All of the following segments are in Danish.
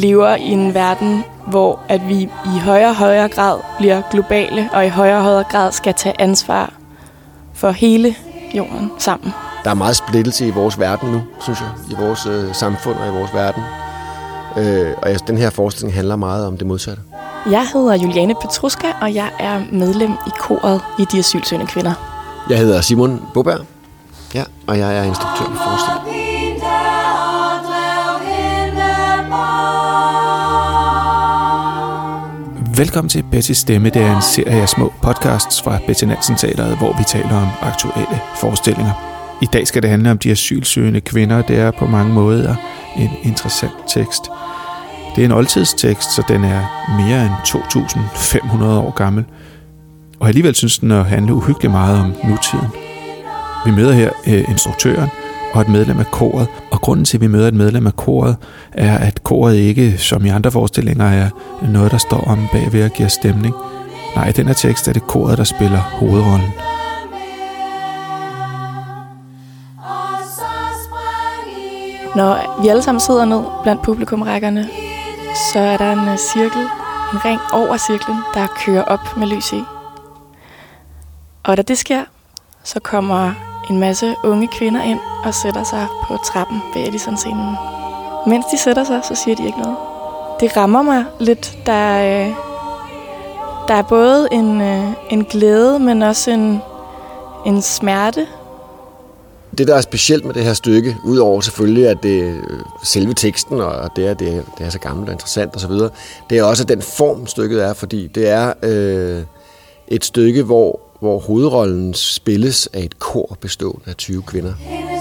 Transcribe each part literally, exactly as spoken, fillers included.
lever i en verden, hvor at vi i højere og højere grad bliver globale, og i højere og højere grad skal tage ansvar for hele jorden sammen. Der er meget splittelse i vores verden nu, synes jeg, i vores øh, samfund og i vores verden. Øh, og jeg, den her forestilling handler meget om det modsatte. Jeg hedder Juliane Petruska, og jeg er medlem i koret i De Asylsøgende Kvinder. Jeg hedder Simon Boberg, ja, og jeg er instruktør på forestillingen. Velkommen til Bettys Stemme. Det er en serie af små podcasts fra Betty Nansen Teatret, hvor vi taler om aktuelle forestillinger. I dag skal det handle om de asylsøgende kvinder. Det er på mange måder en interessant tekst. Det er en oldtidstekst, så den er mere end to tusind fem hundrede år gammel. Og alligevel synes den at handle uhyggeligt meget om nutiden. Vi møder her øh, instruktøren og et medlem af koret. Og grunden til, at vi møder et medlem af koret, er, at koret ikke, som i andre forestillinger, er noget, der står om bagved og giver stemning. Nej, i den her tekst er det koret, der spiller hovedrollen. Når vi alle sammen sidder ned blandt publikumrækkerne, så er der en cirkel, en ring over cirklen, der kører op med lys i. Og da det sker, så kommer en masse unge kvinder ind og sætter sig på trappen ved Edison-scenen. Mens de sætter sig, så siger de ikke noget. Det rammer mig lidt. Der er, der er både en, en glæde, men også en, en smerte. Det, der er specielt med det her stykke, udover selvfølgelig, at det er selve teksten, og det er, det er, det er så gammelt og interessant osv., det er også den form, stykket er, fordi det er øh, et stykke, hvor, hvor hovedrollen spilles af et kor bestående af tyve kvinder.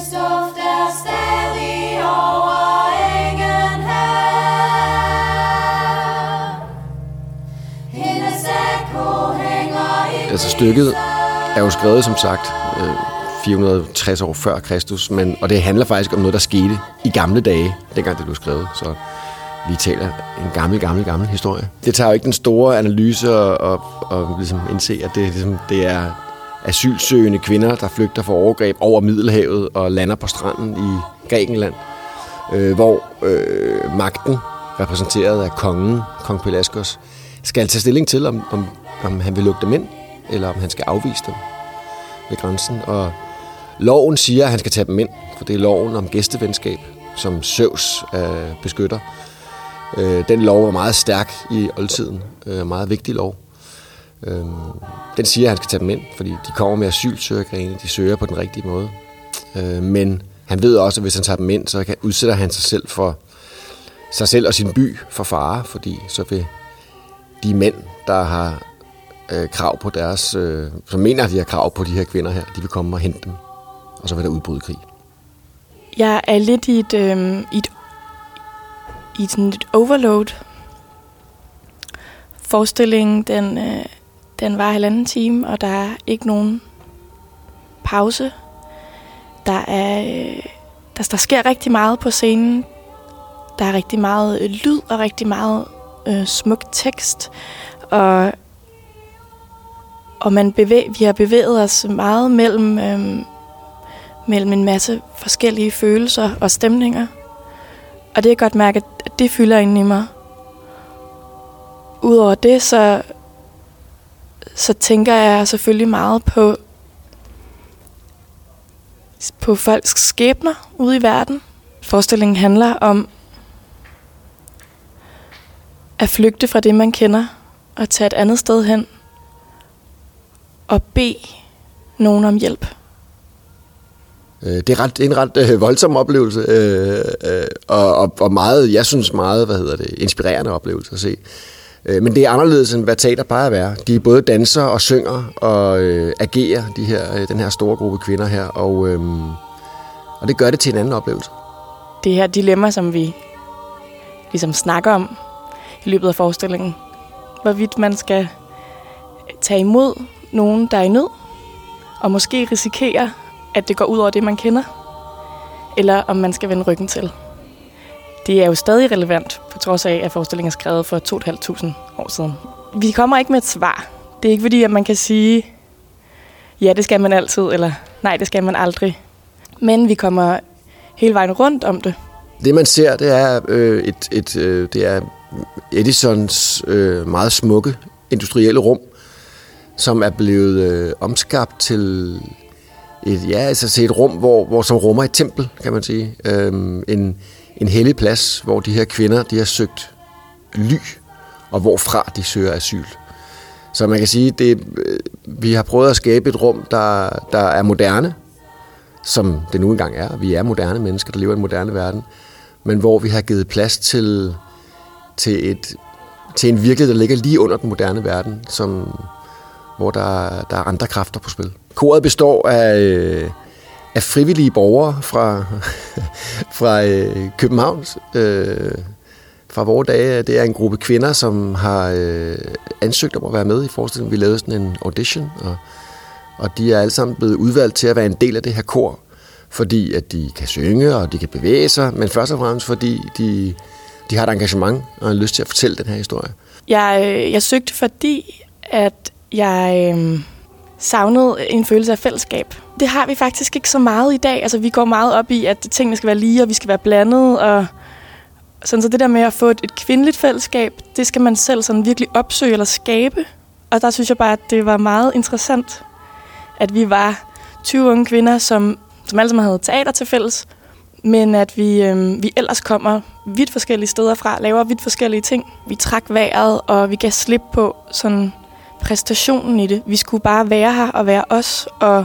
Altså stykket er jo skrevet, som sagt, øh, fire hundrede og tres år før Kristus, men, og det handler faktisk om noget, der skete i gamle dage, dengang det blev skrevet. Så vi taler en gammel, gammel, gammel historie. Det tager jo ikke den store analyse og, og, og ligesom indse, at det, ligesom, det er asylsøgende kvinder, der flygter fra overgreb over Middelhavet og lander på stranden i Grækenland, øh, hvor øh, magten, repræsenteret af kongen, kong Pelasgos, skal tage stilling til, om, om, om han vil lukke dem ind, eller om han skal afvise dem ved grænsen. Og loven siger, at han skal tage dem ind, for det er loven om gæstevenskab, som Zeus øh, beskytter. Øh, den lov er meget stærk i oldtiden, øh, meget vigtig lov. Øh, den siger, at han skal tage dem ind, fordi de kommer med asylsøgergrene, de søger på den rigtige måde. Øh, men han ved også, at hvis han tager dem ind, så kan, udsætter han sig selv for sig selv og sin by for fare, fordi så vil de mænd, der har øh, krav på deres, øh, som mener, at de har krav på de her kvinder her, de vil komme og hente dem, og så vil der udbryde krig. Jeg er lidt i et, øh, i et, i sådan et overload. Forestillingen, den, øh, den var halvanden time, og der er ikke nogen pause. Der er, øh, der, der sker rigtig meget på scenen. Der er rigtig meget øh, lyd og rigtig meget øh, smuk tekst, og og man bevæg, vi har bevæget os meget mellem øh, mellem en masse forskellige følelser og stemninger, og det er godt mærke, at det fylder inde i mig. Udover det, så så tænker jeg selvfølgelig meget på på folks skæbner ude i verden. Forestillingen handler om at flygte fra det, man kender, og tage et andet sted hen, og bede nogen om hjælp. Det er, ret, det er en ret øh, voldsom oplevelse, øh, øh, og, og, og meget, jeg synes meget, hvad hedder det, inspirerende oplevelse at se. Øh, men det er anderledes, end hvad teater plejer at være. De er både danser og synger og øh, agerer, de her, øh, den her store gruppe kvinder her, og, øh, og det gør det til en anden oplevelse. Det her dilemma, som vi ligesom snakker om i løbet af forestillingen, hvorvidt man skal tage imod nogen, der er i nød, og måske risikere, at det går ud over det, man kender, eller om man skal vende ryggen til. Det er jo stadig relevant, på trods af, at forestillingen er skrevet for to tusind fem hundrede år siden. Vi kommer ikke med et svar. Det er ikke fordi, at man kan sige, ja, det skal man altid, eller nej, det skal man aldrig. Men vi kommer hele vejen rundt om det. Det man ser, det er, øh, et, et, øh, det er Edisons øh, meget smukke industrielle rum, som er blevet øh, omskabt til et, ja, altså til et rum, hvor, hvor som rummer et tempel, kan man sige. Øhm, en, en hellig plads, hvor de her kvinder, de har søgt ly, og hvorfra de søger asyl. Så man kan sige, det, vi har prøvet at skabe et rum, der, der er moderne, som det nu engang er. Vi er moderne mennesker, der lever i en moderne verden, men hvor vi har givet plads til, til, et, til en virkelighed, der ligger lige under den moderne verden, som, hvor der, der er andre kræfter på spil. Koret består af, af frivillige borgere fra, fra København, øh, fra vores dage. Det er en gruppe kvinder, som har øh, ansøgt om at være med i forestillingen. Vi lavede sådan en audition, og, og de er alle sammen blevet udvalgt til at være en del af det her kor, fordi at de kan synge, og de kan bevæge sig, men først og fremmest fordi de, de har et engagement og har lyst til at fortælle den her historie. Jeg, øh, jeg søgte, fordi at jeg øh, savnede en følelse af fællesskab. Det har vi faktisk ikke så meget i dag. Altså, vi går meget op i, at tingene skal være lige, og vi skal være blandet, og sådan, så det der med at få et, et kvindeligt fællesskab, det skal man selv sådan virkelig opsøge eller skabe. Og der synes jeg bare, at det var meget interessant, at vi var tyve unge kvinder, som, som alle sammen havde teater til fælles, men at vi, øh, vi ellers kommer vidt forskellige steder fra, laver vidt forskellige ting. Vi trak vejret, og vi gav slip på sådan præstationen i det. Vi skulle bare være her og være os, og,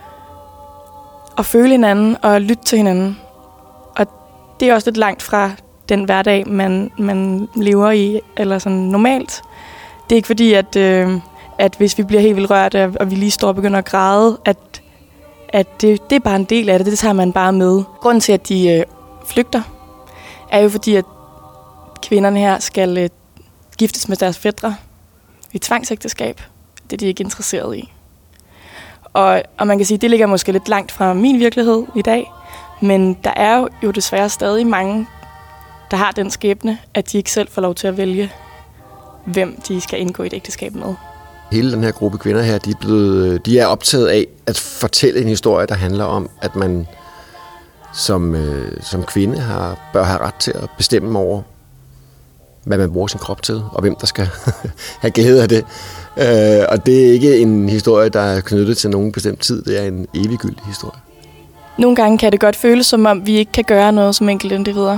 og føle hinanden og lytte til hinanden. Og det er også lidt langt fra den hverdag, man, man lever i, eller sådan normalt. Det er ikke fordi, at, øh, at hvis vi bliver helt vildt rørt, og vi lige står og begynder at græde, at, at det, det er bare en del af det. Det tager man bare med. Grunden til, at de øh, flygter, er jo fordi, at kvinderne her skal øh, giftes med deres fætre i tvangsægteskab. Det er de ikke interesseret i. Og, og man kan sige, at det ligger måske lidt langt fra min virkelighed i dag, men der er jo, jo desværre stadig mange, der har den skæbne, at de ikke selv får lov til at vælge, hvem de skal indgå i et ægteskab med. Hele den her gruppe kvinder her, de er, blevet, de er optaget af at fortælle en historie, der handler om, at man som, øh, som kvinde har, bør have ret til at bestemme over, hvad man bruger sin krop til, og hvem der skal have glæde af det. Øh, og det er ikke en historie, der er knyttet til nogen bestemt tid. Det er en eviggyldig historie. Nogle gange kan det godt føles, som om vi ikke kan gøre noget som enkeltindivider.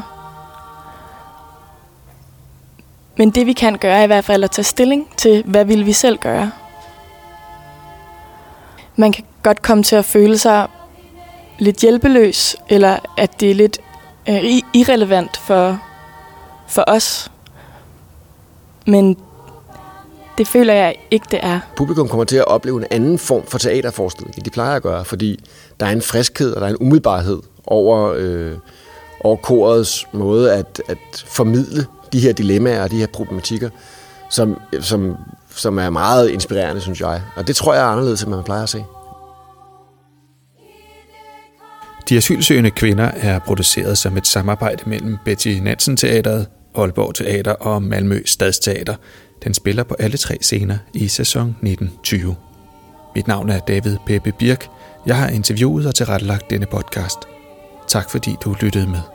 Men det vi kan gøre, er i hvert fald at tage stilling til, hvad vil vi selv gøre. Man kan godt komme til at føle sig lidt hjælpeløs, eller at det er lidt øh, irrelevant for, for os. Men det føler jeg ikke, det er. Publikum kommer til at opleve en anden form for teaterforestilling, end de plejer at gøre, fordi der er en friskhed og der er en umiddelbarhed over, øh, over korets måde at, at formidle de her dilemmaer og de her problematikker, som, som, som er meget inspirerende, synes jeg. Og det tror jeg er anderledes, end man plejer at se. De asylsøgende kvinder er produceret som et samarbejde mellem Betty Nansen Teatret, Aalborg Teater og Malmø Stadsteater. Den spiller på alle tre scener i sæson nitten tyve. Mit navn er David Peppe Birk. Jeg har interviewet og tilrettelagt denne podcast. Tak fordi du lyttede med.